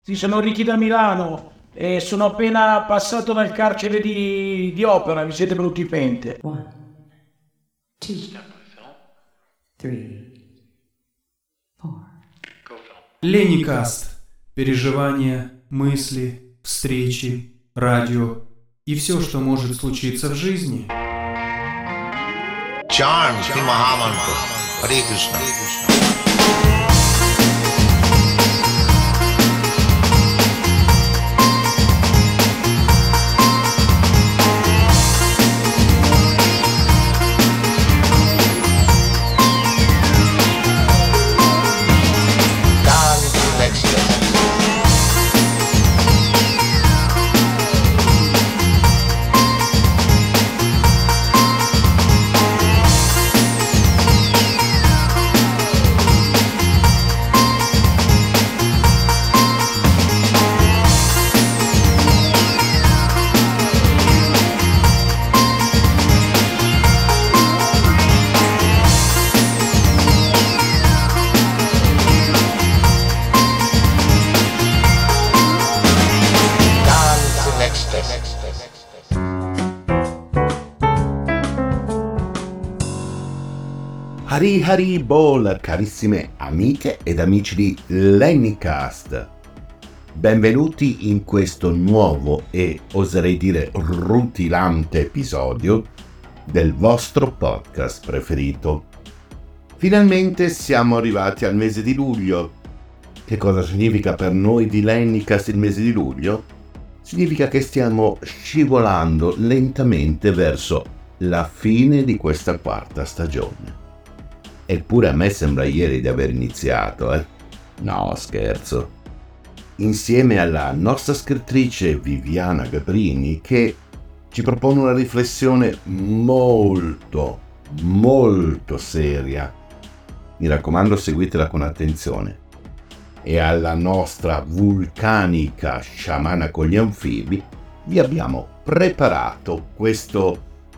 Sì, sono Ricky da Milano e sono appena passato dal carcere di Opera, mi siete venuti fente. 1, 2, 3, 4. Леникаст. Переживания, мысли, встречи, радио и все, что может случиться в жизни. Charm Shri Mahamantra. Hare Krishna. Hari Hari Bol, carissime amiche ed amici di Леникаст. Benvenuti in questo nuovo e oserei dire rutilante episodio del vostro podcast preferito. Finalmente siamo arrivati al mese di luglio. Che cosa significa per noi di Леникаст il mese di luglio? Significa che stiamo scivolando lentamente verso la fine di questa quarta stagione. Eppure a me sembra ieri di aver iniziato, No, scherzo. Insieme alla nostra scrittrice Viviana Gabrini, che ci propone una riflessione molto seria. Mi raccomando, seguitela con attenzione. E alla nostra vulcanica sciamana con gli anfibi, vi abbiamo preparato questo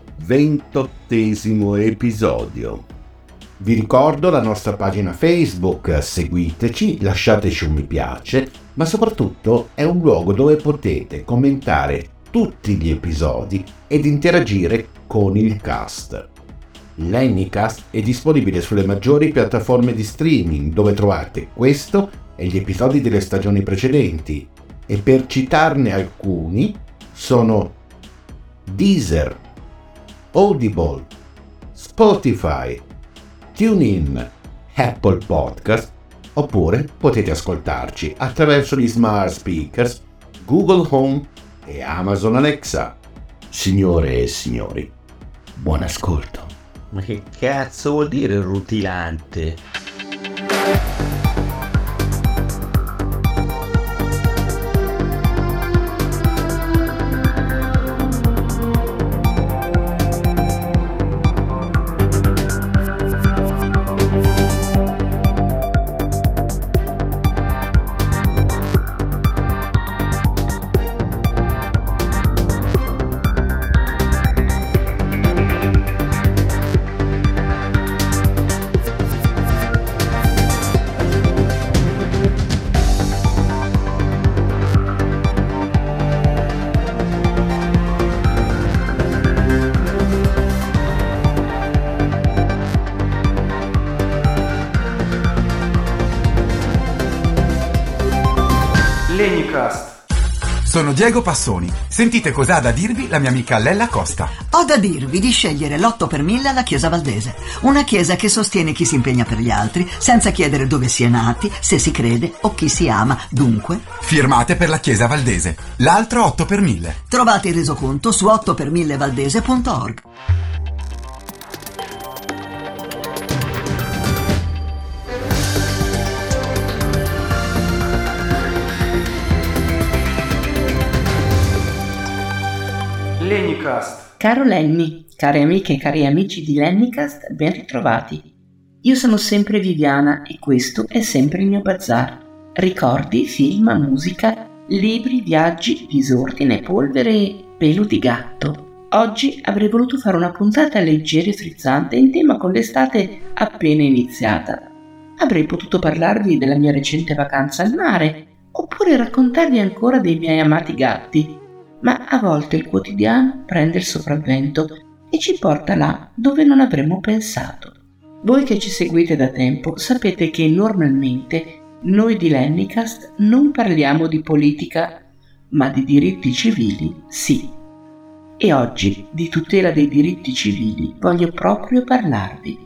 28° episodio. Vi ricordo la nostra pagina Facebook, seguiteci, lasciateci un mi piace, ma soprattutto è un luogo dove potete commentare tutti gli episodi ed interagire con il cast. Леникаст è disponibile sulle maggiori piattaforme di streaming dove trovate questo e gli episodi delle stagioni precedenti, e per citarne alcuni sono Deezer, Audible, Spotify, TuneIn, Apple Podcast, oppure potete ascoltarci attraverso gli smart speakers, Google Home e Amazon Alexa. Signore e signori, buon ascolto. Ma che cazzo vuol dire rutilante? Леникаст. Sono Diego Passoni. Sentite cosa ha da dirvi la mia amica Lella Costa. Ho da dirvi di scegliere l'8 per 1000 alla Chiesa Valdese. Una chiesa che sostiene chi si impegna per gli altri, senza chiedere dove si è nati, se si crede o chi si ama. Dunque, Firmate per la Chiesa Valdese. L'altro 8 per 1000. trovate il resoconto su 8per1000valdese.org. Леникаст. Caro Lenny, care amiche e cari amici di Леникаст, ben ritrovati. Io sono sempre Viviana e questo è sempre il mio bazar. Ricordi, film, musica, libri, viaggi, disordine, polvere e pelo di gatto. Oggi avrei voluto fare una puntata leggera e frizzante in tema con l'estate appena iniziata. Avrei potuto parlarvi della mia recente vacanza al mare, oppure raccontarvi ancora dei miei amati gatti, ma a volte il quotidiano prende il sopravvento e ci porta là dove non avremmo pensato. Voi che ci seguite da tempo sapete che normalmente noi di Lennicast non parliamo di politica, ma di diritti civili, sì. E oggi di tutela dei diritti civili voglio proprio parlarvi.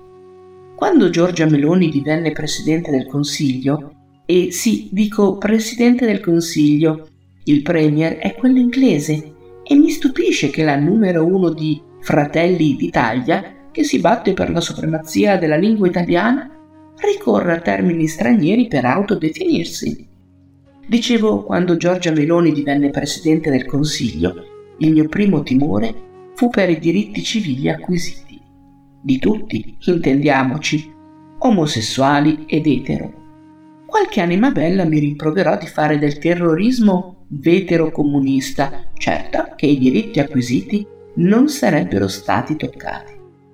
Quando Giorgia Meloni divenne Presidente del Consiglio, e sì, dico Presidente del Consiglio, il Premier è quello inglese, e mi stupisce che la numero 1 di Fratelli d'Italia, che si batte per la supremazia della lingua italiana, ricorre a termini stranieri per autodefinirsi. Dicevo, quando Giorgia Meloni divenne Presidente del Consiglio, il mio primo timore fu per i diritti civili acquisiti. Di tutti, intendiamoci, omosessuali ed etero. Qualche anima bella mi rimproverò di fare del terrorismo vetero-comunista, certa che i diritti acquisiti non sarebbero stati toccati.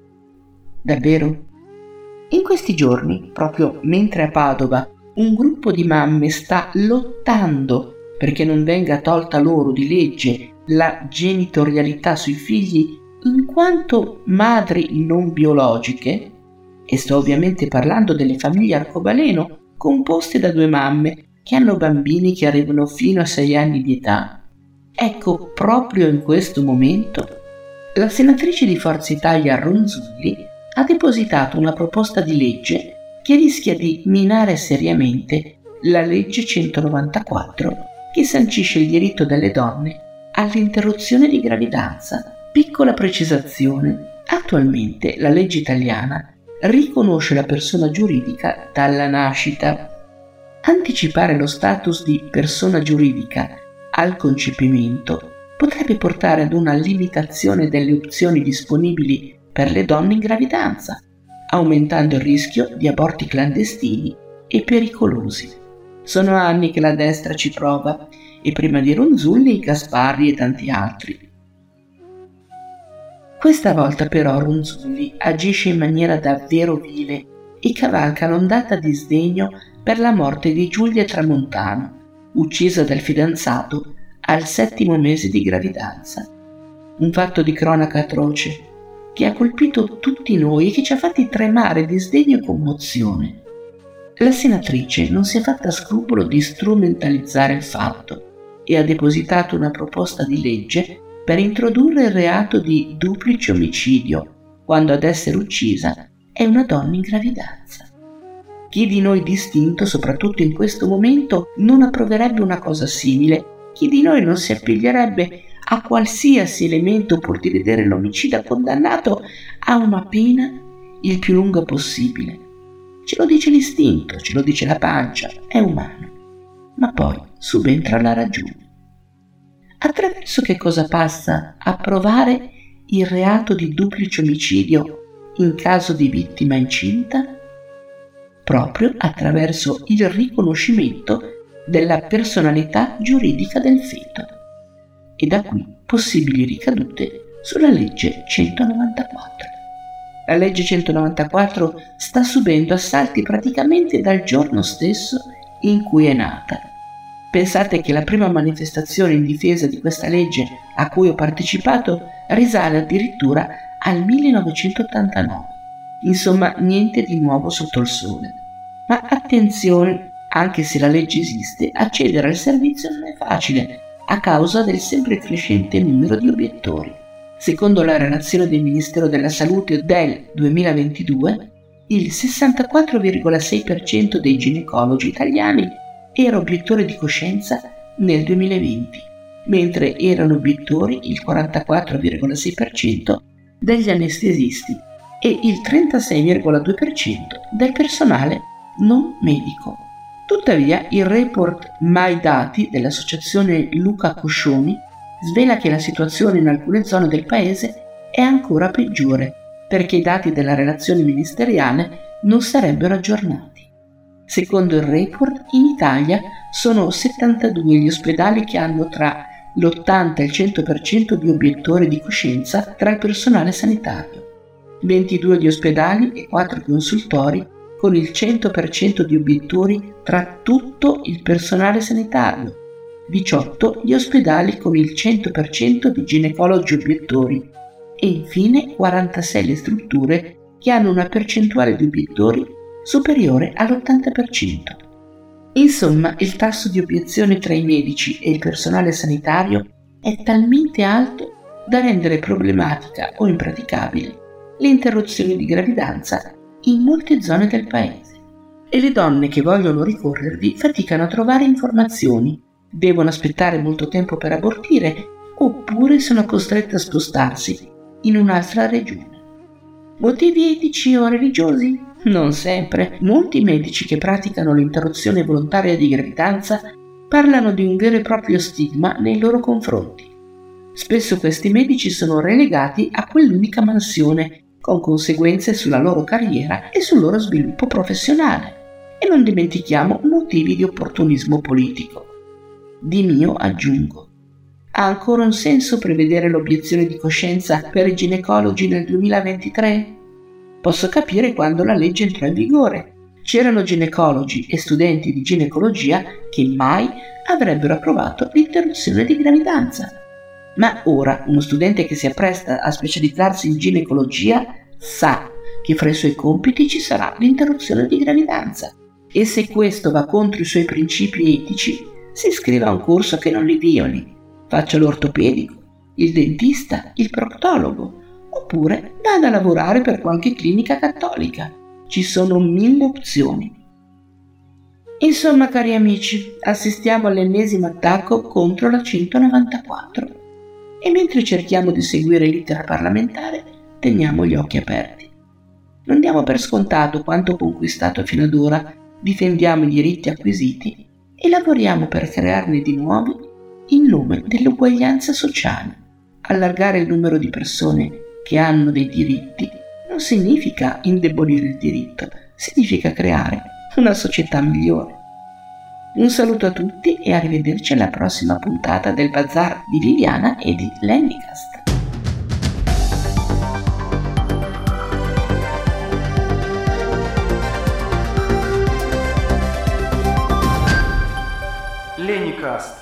Davvero? In questi giorni, proprio mentre a Padova un gruppo di mamme sta lottando perché non venga tolta loro di legge la genitorialità sui figli in quanto madri non biologiche, e sto ovviamente parlando delle famiglie arcobaleno composte da 2 mamme che hanno bambini che arrivano fino a 6 anni di età, ecco, proprio in questo momento la senatrice di Forza Italia Ronzulli ha depositato una proposta di legge che rischia di minare seriamente la legge 194 che sancisce il diritto delle donne all'interruzione di gravidanza. Piccola precisazione: attualmente la legge italiana riconosce la persona giuridica dalla nascita. Anticipare lo status di persona giuridica al concepimento potrebbe portare ad una limitazione delle opzioni disponibili per le donne in gravidanza, aumentando il rischio di aborti clandestini e pericolosi. Sono anni che la destra ci prova, e prima di Ronzulli, Gasparri e tanti altri. Questa volta però Ronzulli agisce in maniera davvero vile e cavalca l'ondata di sdegno per la morte di Giulia Tramontano, uccisa dal fidanzato al 7° mese di gravidanza. Un fatto di cronaca atroce che ha colpito tutti noi e che ci ha fatti tremare di sdegno e commozione. La senatrice non si è fatta scrupolo di strumentalizzare il fatto e ha depositato una proposta di legge per introdurre il reato di duplice omicidio quando ad essere uccisa è una donna in gravidanza. Chi di noi distinto, soprattutto in questo momento, non approverebbe una cosa simile? Chi di noi non si appiglierebbe a qualsiasi elemento pur di vedere l'omicida condannato a una pena il più lunga possibile? Ce lo dice l'istinto, ce lo dice la pancia, è umano. Ma poi subentra la ragione. Attraverso che cosa passa a provare il reato di duplice omicidio in caso di vittima incinta? Proprio attraverso il riconoscimento della personalità giuridica del feto. E da qui possibili ricadute sulla legge 194. La legge 194 sta subendo assalti praticamente dal giorno stesso in cui è nata. Pensate che la prima manifestazione in difesa di questa legge a cui ho partecipato risale addirittura al 1989. Insomma, niente di nuovo sotto il sole. Ma attenzione, anche se la legge esiste, accedere al servizio non è facile a causa del sempre crescente numero di obiettori. Secondo la relazione del Ministero della Salute del 2022, il 64,6% dei ginecologi italiani era obiettore di coscienza nel 2020, mentre erano obiettori il 44,6% degli anestesisti e il 36,2% del personale non medico. Tuttavia, il report Mai Dati dell'associazione Luca Coscioni svela che la situazione in alcune zone del paese è ancora peggiore, perché i dati della relazione ministeriale non sarebbero aggiornati. Secondo il report, in Italia sono 72 gli ospedali che hanno tra l'80 e il 100% di obiettori di coscienza tra il personale sanitario, 22 gli ospedali e 4 consultori con il 100% di obiettori tra tutto il personale sanitario, 18 gli ospedali con il 100% di ginecologi obiettori e infine 46 le strutture che hanno una percentuale di obiettori superiore all'80%. Insomma, il tasso di obiezione tra i medici e il personale sanitario è talmente alto da rendere problematica o impraticabile l'interruzione di gravidanza in molte zone del paese. E le donne che vogliono ricorrervi faticano a trovare informazioni, devono aspettare molto tempo per abortire oppure sono costrette a spostarsi in un'altra regione. Motivi etici o religiosi? Non sempre. Molti medici che praticano l'interruzione volontaria di gravidanza parlano di un vero e proprio stigma nei loro confronti. Spesso questi medici sono relegati a quell'unica mansione, con conseguenze sulla loro carriera e sul loro sviluppo professionale. E non dimentichiamo motivi di opportunismo politico. Di mio aggiungo: ha ancora un senso prevedere l'obiezione di coscienza per i ginecologi nel 2023? Posso capire quando la legge entrò in vigore. C'erano ginecologi e studenti di ginecologia che mai avrebbero approvato l'interruzione di gravidanza. Ma ora uno studente che si appresta a specializzarsi in ginecologia sa che fra i suoi compiti ci sarà l'interruzione di gravidanza e se questo va contro i suoi principi etici si iscriva a un corso che non li violi, faccia l'ortopedico, il dentista, il proctologo oppure vada a lavorare per qualche clinica cattolica. Ci sono 1000 opzioni. Insomma, cari amici, assistiamo all'ennesimo attacco contro la 194 e mentre cerchiamo di seguire l'iter parlamentare teniamo gli occhi aperti. Non diamo per scontato quanto conquistato fino ad ora, difendiamo i diritti acquisiti e lavoriamo per crearne di nuovi in nome dell'uguaglianza sociale. Allargare il numero di persone che hanno dei diritti non significa indebolire il diritto, significa creare una società migliore. Un saluto a tutti e arrivederci alla prossima puntata del Bazar di Viviana e di Lennicast. Lennicast.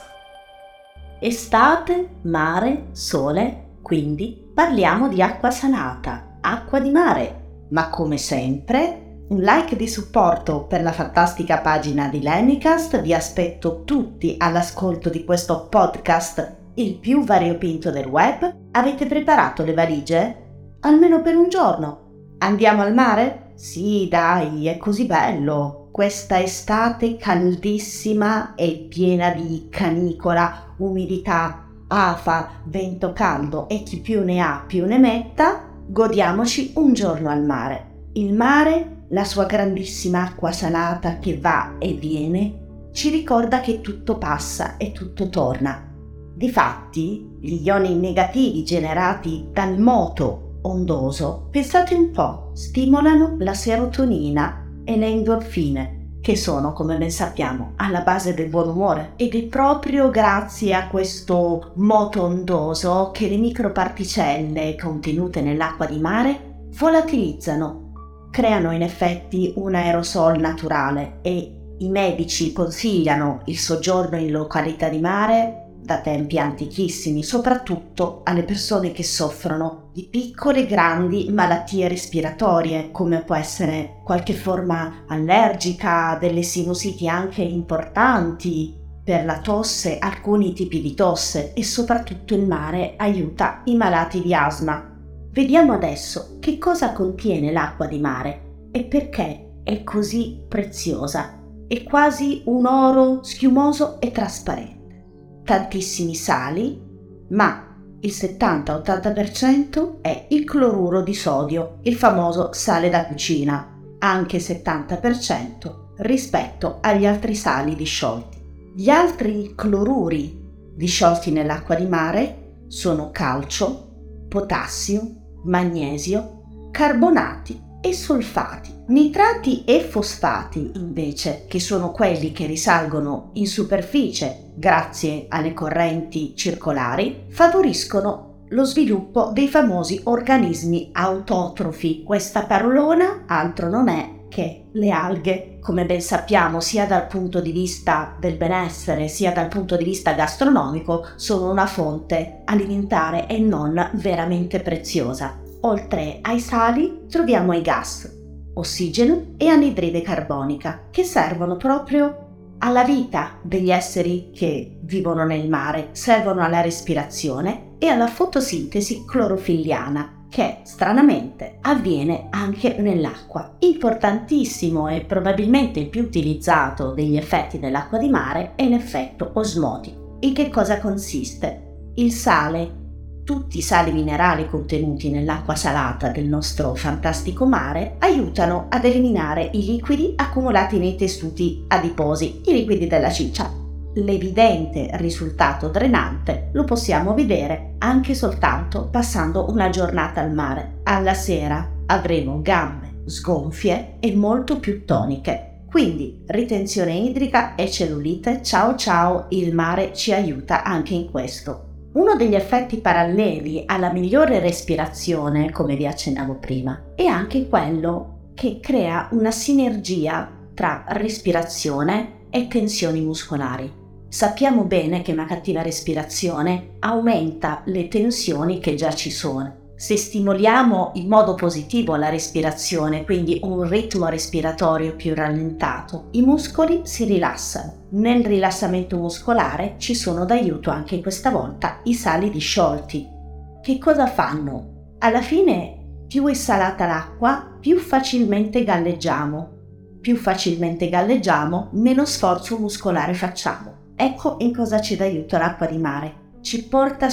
Estate, mare, sole, quindi parliamo di acqua salata, acqua di mare, ma come sempre un like di supporto per la fantastica pagina di Lennicast. Vi aspetto tutti all'ascolto di questo podcast, il più variopinto del web. Avete preparato le valigie? Almeno per un giorno. Andiamo al mare? Sì, dai, è così bello. Questa estate caldissima e piena di canicola, umidità, afa, vento caldo e chi più ne ha più ne metta, godiamoci un giorno al mare. Il mare, la sua grandissima acqua salata che va e viene, ci ricorda che tutto passa e tutto torna. Difatti, gli ioni negativi generati dal moto ondoso, pensate un po', stimolano la serotonina e le endorfine, che sono, come ben sappiamo, alla base del buon umore. Ed è proprio grazie a questo moto ondoso che le microparticelle contenute nell'acqua di mare volatilizzano, creano in effetti un aerosol naturale e i medici consigliano il soggiorno in località di mare da tempi antichissimi, soprattutto alle persone che soffrono di piccole e grandi malattie respiratorie, come può essere qualche forma allergica, delle sinusiti anche importanti, per la tosse, alcuni tipi di tosse, e soprattutto il mare aiuta i malati di asma. Vediamo adesso che cosa contiene l'acqua di mare e perché è così preziosa. È quasi un oro schiumoso e trasparente. Tantissimi sali, ma il 70-80% è il cloruro di sodio, il famoso sale da cucina, anche 70% rispetto agli altri sali disciolti. Gli altri cloruri disciolti nell'acqua di mare sono calcio, potassio, magnesio, carbonati e solfati. Nitrati e fosfati, invece, che sono quelli che risalgono in superficie grazie alle correnti circolari, favoriscono lo sviluppo dei famosi organismi autotrofi. Questa parolona altro non è che le alghe, come ben sappiamo, sia dal punto di vista del benessere sia dal punto di vista gastronomico, sono una fonte alimentare e non veramente preziosa. Oltre ai sali troviamo i gas, ossigeno e anidride carbonica, che servono proprio alla vita degli esseri che vivono nel mare, servono alla respirazione e alla fotosintesi clorofilliana, che stranamente avviene anche nell'acqua. Importantissimo e probabilmente il più utilizzato degli effetti dell'acqua di mare è l'effetto osmotico. In che cosa consiste? Il sale, tutti i sali minerali contenuti nell'acqua salata del nostro fantastico mare aiutano ad eliminare i liquidi accumulati nei tessuti adiposi, i liquidi della ciccia. L'evidente risultato drenante lo possiamo vedere anche soltanto passando una giornata al mare. Alla sera avremo gambe sgonfie e molto più toniche. Quindi ritenzione idrica e cellulite, ciao ciao, il mare ci aiuta anche in questo. Uno degli effetti paralleli alla migliore respirazione, come vi accennavo prima, è anche quello che crea una sinergia tra respirazione e tensioni muscolari. Sappiamo bene che una cattiva respirazione aumenta le tensioni che già ci sono. Se stimoliamo in modo positivo la respirazione, quindi un ritmo respiratorio più rallentato, i muscoli si rilassano. Nel rilassamento muscolare ci sono d'aiuto anche questa volta i sali disciolti. Che cosa fanno? Alla fine, più è salata l'acqua, più facilmente galleggiamo. Più facilmente galleggiamo, meno sforzo muscolare facciamo. Ecco in cosa ci dà aiuto l'acqua di mare. Ci porta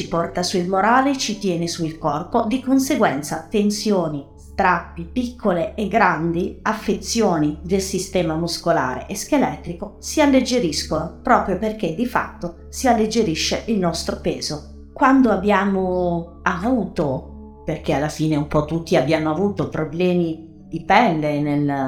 su il morale, ci tiene sul corpo, di conseguenza tensioni, strappi, piccole e grandi affezioni del sistema muscolare e scheletrico si alleggeriscono proprio perché di fatto si alleggerisce il nostro peso. Quando abbiamo avuto, perché alla fine un po' tutti abbiamo avuto problemi di pelle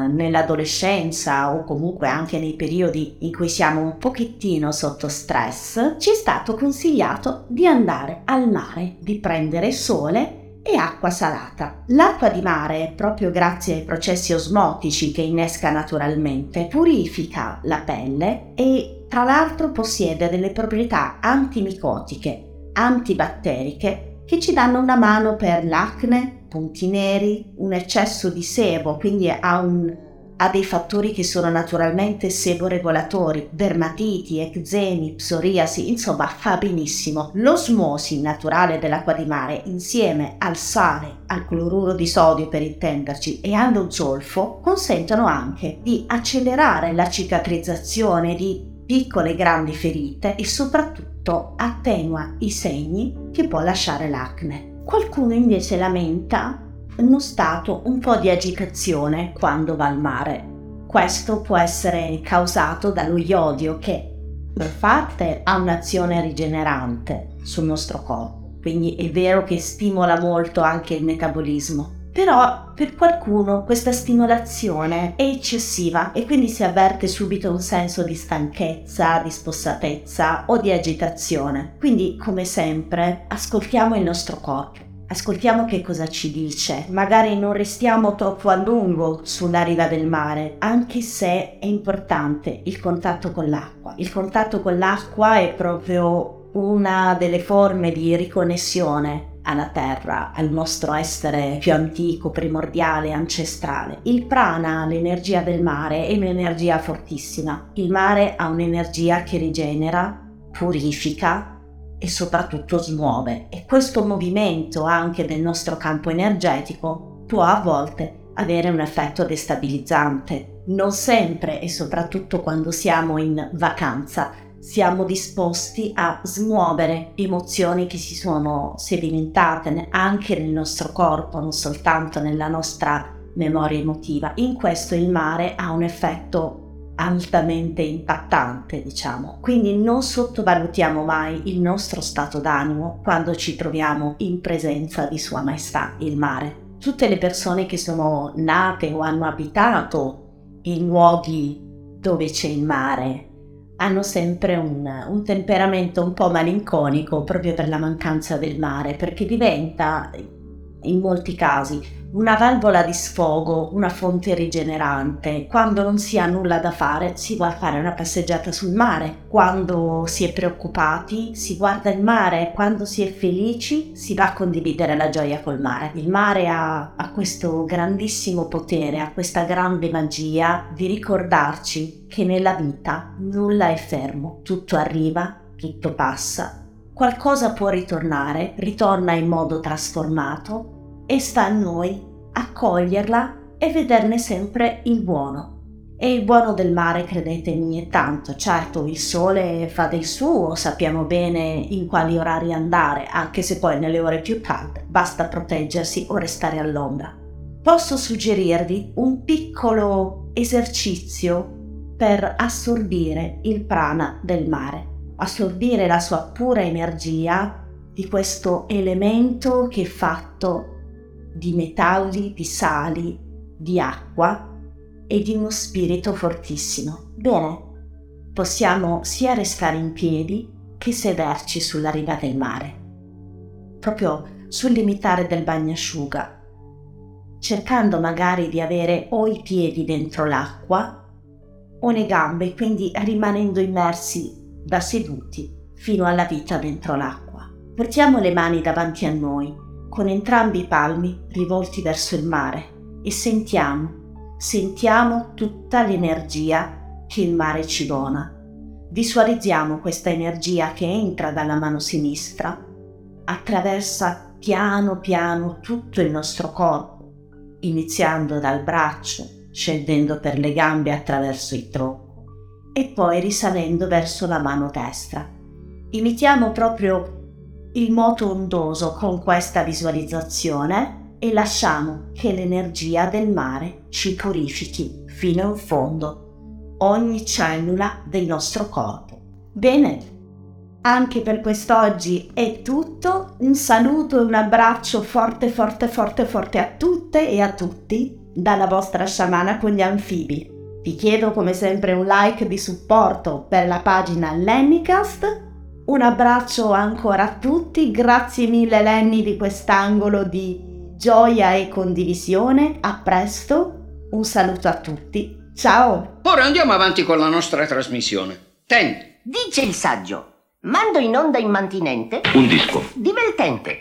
nell'adolescenza o comunque anche nei periodi in cui siamo un pochettino sotto stress, ci è stato consigliato di andare al mare, di prendere sole e acqua salata. L'acqua di mare, proprio grazie ai processi osmotici che innesca naturalmente, purifica la pelle e tra l'altro possiede delle proprietà antimicotiche, antibatteriche che ci danno una mano per l'acne, punti neri, un eccesso di sebo, quindi ha dei fattori che sono naturalmente seboregolatori, dermatiti, eczemi, psoriasi, insomma fa benissimo. L'osmosi naturale dell'acqua di mare insieme al sale, al cloruro di sodio per intenderci e allo zolfo consentono anche di accelerare la cicatrizzazione di piccole e grandi ferite e soprattutto attenua i segni che può lasciare l'acne. Qualcuno invece lamenta uno stato un po' di agitazione quando va al mare. Questo può essere causato dallo iodio che, per parte, ha un'azione rigenerante sul nostro corpo, quindi è vero che stimola molto anche il metabolismo. Però per qualcuno questa stimolazione è eccessiva e quindi si avverte subito un senso di stanchezza, di spossatezza o di agitazione. Quindi, come sempre, ascoltiamo il nostro corpo, ascoltiamo che cosa ci dice. Magari non restiamo troppo a lungo sulla riva del mare, anche se è importante il contatto con l'acqua. Il contatto con l'acqua è proprio una delle forme di riconnessione alla terra, al nostro essere più antico, primordiale, ancestrale. Il prana, l'energia del mare, è un'energia fortissima. Il mare ha un'energia che rigenera, purifica e soprattutto smuove. E questo movimento anche del nostro campo energetico può a volte avere un effetto destabilizzante. Non sempre e soprattutto quando siamo in vacanza siamo disposti a smuovere emozioni che si sono sedimentate anche nel nostro corpo, non soltanto nella nostra memoria emotiva. In questo il mare ha un effetto altamente impattante, diciamo. Quindi non sottovalutiamo mai il nostro stato d'animo quando ci troviamo in presenza di Sua Maestà, il mare. Tutte le persone che sono nate o hanno abitato in luoghi dove c'è il mare hanno sempre un temperamento un po' malinconico proprio per la mancanza del mare, perché diventa in molti casi, una valvola di sfogo, una fonte rigenerante. Quando non si ha nulla da fare, si va a fare una passeggiata sul mare. Quando si è preoccupati, si guarda il mare. Quando si è felici, si va a condividere la gioia col mare. Il mare ha questo grandissimo potere, ha questa grande magia di ricordarci che nella vita nulla è fermo, tutto arriva, tutto passa. Qualcosa può ritornare, ritorna in modo trasformato, e sta a noi accoglierla e vederne sempre il buono. E il buono del mare, credetemi, è tanto. Certo, il sole fa del suo, sappiamo bene in quali orari andare, anche se poi nelle ore più calde basta proteggersi o restare all'ombra. Posso suggerirvi un piccolo esercizio per assorbire il prana del mare, assorbire la sua pura energia di questo elemento che è fatto di metalli, di sali, di acqua e di uno spirito fortissimo. Bene, possiamo sia restare in piedi che sederci sulla riva del mare, proprio sul limitare del bagnasciuga, cercando magari di avere o i piedi dentro l'acqua o le gambe, quindi rimanendo immersi da seduti fino alla vita dentro l'acqua. Portiamo le mani davanti a noi, con entrambi i palmi rivolti verso il mare, e sentiamo tutta l'energia che il mare ci dona. Visualizziamo questa energia che entra dalla mano sinistra, attraversa piano piano tutto il nostro corpo, iniziando dal braccio, scendendo per le gambe attraverso il tronco e poi risalendo verso la mano destra. Imitiamo proprio il moto ondoso con questa visualizzazione e lasciamo che l'energia del mare ci purifichi fino in fondo ogni cellula del nostro corpo. Bene, anche per quest'oggi è tutto. Un saluto e un abbraccio forte forte forte forte a tutte e a tutti dalla vostra sciamana con gli anfibi. Vi chiedo come sempre un like di supporto per la pagina Lennycast. Un abbraccio ancora a tutti, grazie mille Lenny di quest'angolo di gioia e condivisione. A presto, un saluto a tutti, ciao! Ora andiamo avanti con la nostra trasmissione. Ten. Dice il saggio, mando in onda immantinente un disco divertente.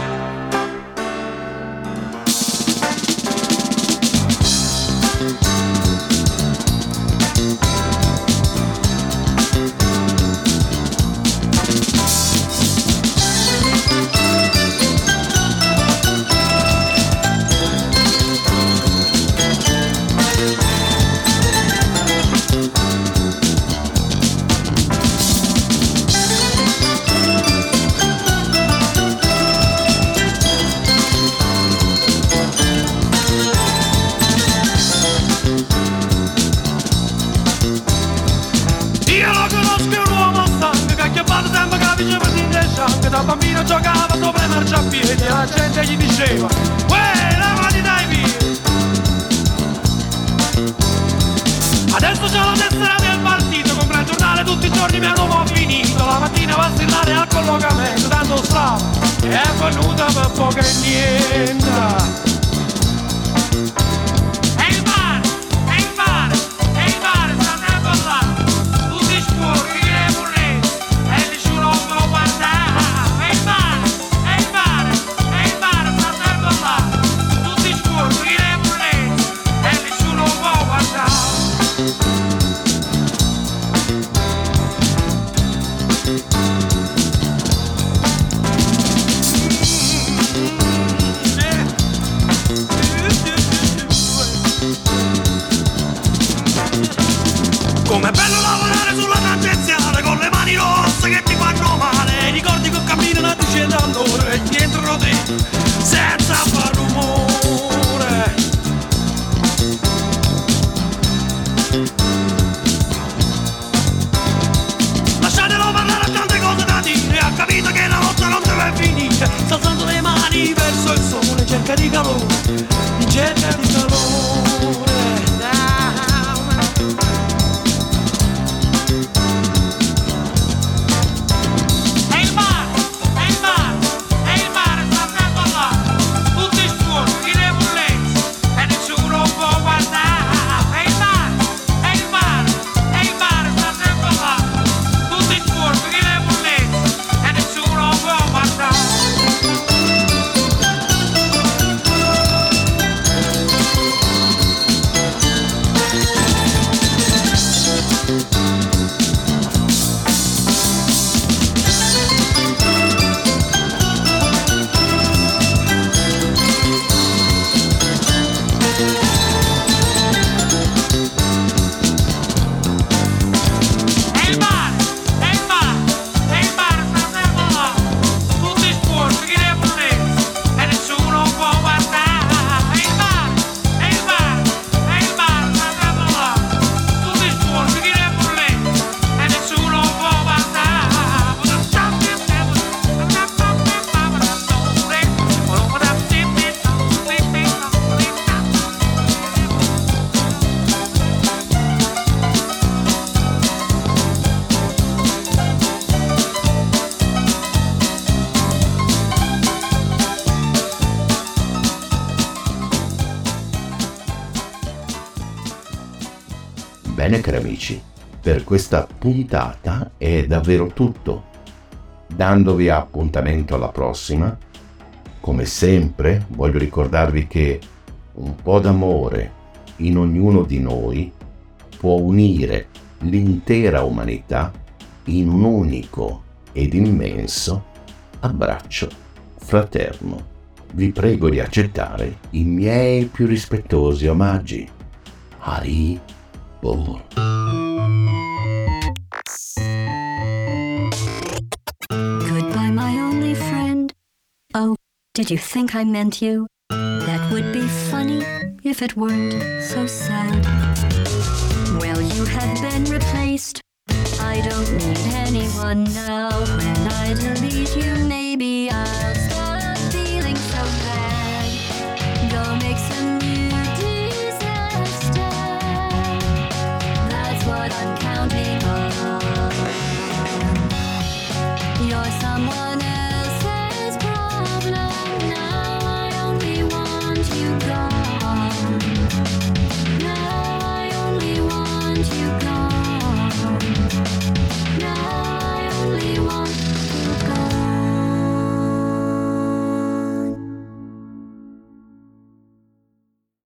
Da bambino giocava sopra i marciapiedi e la gente gli diceva uè, lavati dai piedi. Adesso c'ho la tessera del partito, compra il giornale tutti i giorni, mi hanno finito. La mattina va a strillare al collocamento, tanto strada è venuta per poco e niente. Com'è bello lavorare sulla tangenziale con le mani rosse che ti fanno male. Ricordi che camminano a 200 all'ora e ti entrano dentro senza far rumore. Lasciatelo parlare a tante Bene cari amici, per questa puntata è davvero tutto. Dandovi appuntamento alla prossima, come sempre voglio ricordarvi che un po' d'amore in ognuno di noi può unire l'intera umanità in un unico ed immenso abbraccio fraterno. Vi prego di accettare i miei più rispettosi omaggi. Hari Bol. Goodbye, my only friend. Oh, did you think I meant you? That would be funny if it weren't so sad. Well, you have been replaced. I don't need anyone now. When I delete you, maybe I'll